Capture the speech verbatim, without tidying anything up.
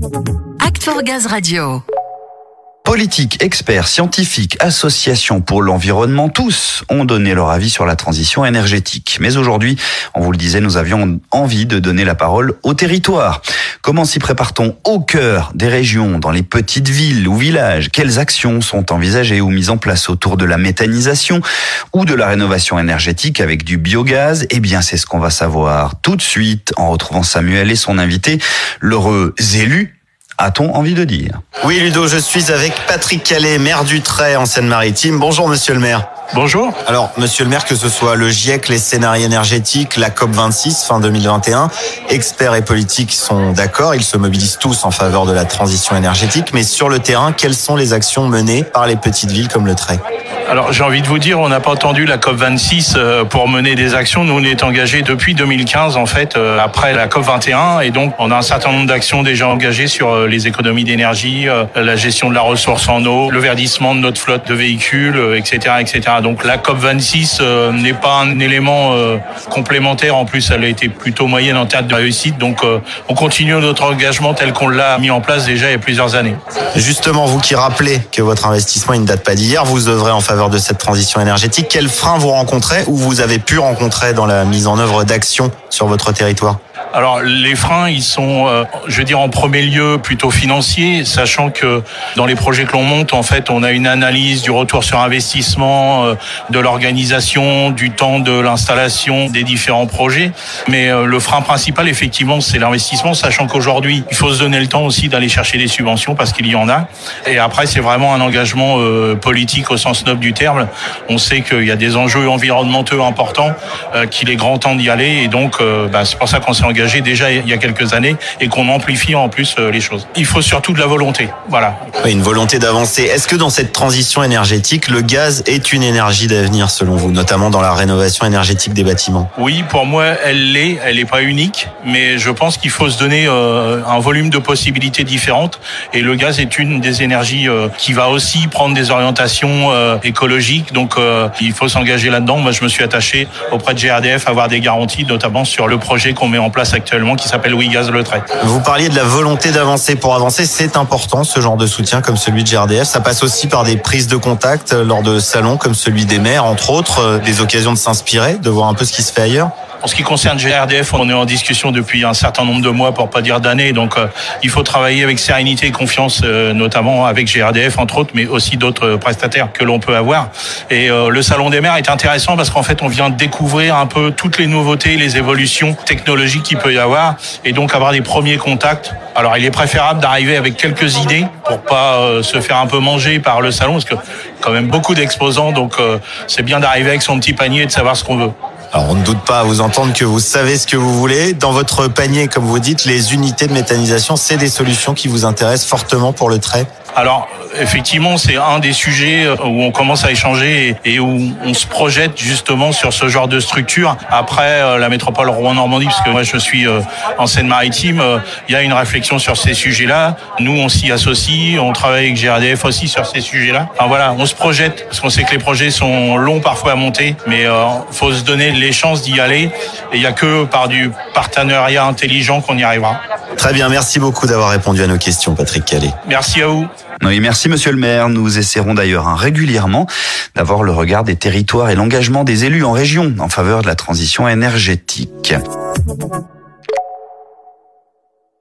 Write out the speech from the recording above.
Act for Gaz Radio. Politiques, experts, scientifiques, associations pour l'environnement, tous ont donné leur avis sur la transition énergétique. Mais aujourd'hui, on vous le disait, nous avions envie de donner la parole au territoire. Comment s'y prépare-t-on au cœur des régions, dans les petites villes ou villages? Quelles actions sont envisagées ou mises en place autour de la méthanisation ou de la rénovation énergétique avec du biogaz? Eh bien, c'est ce qu'on va savoir tout de suite en retrouvant Samuel et son invité, l'heureux élu. A-t-on envie de dire? Oui, Ludo, je suis avec Patrick Calais, maire du Trait en Seine-Maritime. Bonjour, monsieur le maire. Bonjour. Alors, monsieur le maire, que ce soit le GIEC, les scénarios énergétiques, la COP vingt-six, fin deux mille vingt et un, experts et politiques sont d'accord, ils se mobilisent tous en faveur de la transition énergétique. Mais sur le terrain, quelles sont les actions menées par les petites villes comme le Trait? Alors, j'ai envie de vous dire, on n'a pas attendu la COP vingt-six pour mener des actions. Nous, on est engagés depuis deux mille quinze, en fait, après la COP vingt et un. Et donc, on a un certain nombre d'actions déjà engagées sur les économies d'énergie, la gestion de la ressource en eau, le verdissement de notre flotte de véhicules, et cetera, et cetera. Donc la COP vingt-six euh, n'est pas un élément euh, complémentaire. En plus, elle a été plutôt moyenne en termes de réussite. Donc euh, on continue notre engagement tel qu'on l'a mis en place déjà il y a plusieurs années. Justement, vous qui rappelez que votre investissement il ne date pas d'hier, vous œuvrez en faveur de cette transition énergétique. Quels freins vous rencontrez ou vous avez pu rencontrer dans la mise en œuvre d'actions sur votre territoire? Alors les freins, ils sont, euh, je veux dire, en premier lieu plutôt financiers, sachant que dans les projets que l'on monte, en fait, on a une analyse du retour sur investissement, euh, de l'organisation, du temps de l'installation des différents projets. Mais euh, le frein principal, effectivement, c'est l'investissement, sachant qu'aujourd'hui, il faut se donner le temps aussi d'aller chercher des subventions parce qu'il y en a. Et après, c'est vraiment un engagement euh, politique au sens noble du terme. On sait qu'il y a des enjeux environnementaux importants, euh, qu'il est grand temps d'y aller, et donc, euh, bah, c'est pour ça qu'on s'est engagé déjà il y a quelques années et qu'on amplifie en plus les choses. Il faut surtout de la volonté. Voilà. Oui, une volonté d'avancer. Est-ce que dans cette transition énergétique, le gaz est une énergie d'avenir selon vous, notamment dans la rénovation énergétique des bâtiments? Oui, pour moi, elle l'est. Elle n'est pas unique, mais je pense qu'il faut se donner euh, un volume de possibilités différentes. Et le gaz est une des énergies euh, qui va aussi prendre des orientations euh, écologiques. Donc, euh, il faut s'engager là-dedans. Moi, je me suis attaché auprès de G R D F à avoir des garanties, notamment sur le projet qu'on met en place actuellement qui s'appelle Oui Gaz Le Trait. Vous parliez de la volonté d'avancer. Pour avancer, c'est important ce genre de soutien comme celui de G R D F. Ça passe aussi par des prises de contact lors de salons comme celui des maires, entre autres, des occasions de s'inspirer, de voir un peu ce qui se fait ailleurs. En ce qui concerne G R D F, on est en discussion depuis un certain nombre de mois, pour pas dire d'années. Donc, euh, il faut travailler avec sérénité et confiance, euh, notamment avec G R D F, entre autres, mais aussi d'autres prestataires que l'on peut avoir. Et euh, le Salon des maires est intéressant parce qu'en fait, on vient découvrir un peu toutes les nouveautés, les évolutions technologiques qu'il peut y avoir, et donc avoir des premiers contacts. Alors, il est préférable d'arriver avec quelques idées pour pas euh, se faire un peu manger par le salon, parce que quand même beaucoup d'exposants, donc euh, c'est bien d'arriver avec son petit panier et de savoir ce qu'on veut. Alors, on ne doute pas à vous entendre que vous savez ce que vous voulez. Dans votre panier, comme vous dites, les unités de méthanisation, c'est des solutions qui vous intéressent fortement pour le Trait? Alors, effectivement, c'est un des sujets où on commence à échanger et où on se projette justement sur ce genre de structure. Après, la métropole Rouen-Normandie, parce que moi je suis en Seine-Maritime, il y a une réflexion sur ces sujets-là. Nous, on s'y associe, on travaille avec G R D F aussi sur ces sujets-là. Enfin voilà, on se projette, parce qu'on sait que les projets sont longs parfois à monter, mais il euh, faut se donner les chances d'y aller. Et il n'y a que par du partenariat intelligent qu'on y arrivera. Très bien, merci beaucoup d'avoir répondu à nos questions, Patrick Calais. Merci à vous. Oui, merci monsieur le maire. Nous essaierons d'ailleurs hein, régulièrement d'avoir le regard des territoires et l'engagement des élus en région en faveur de la transition énergétique.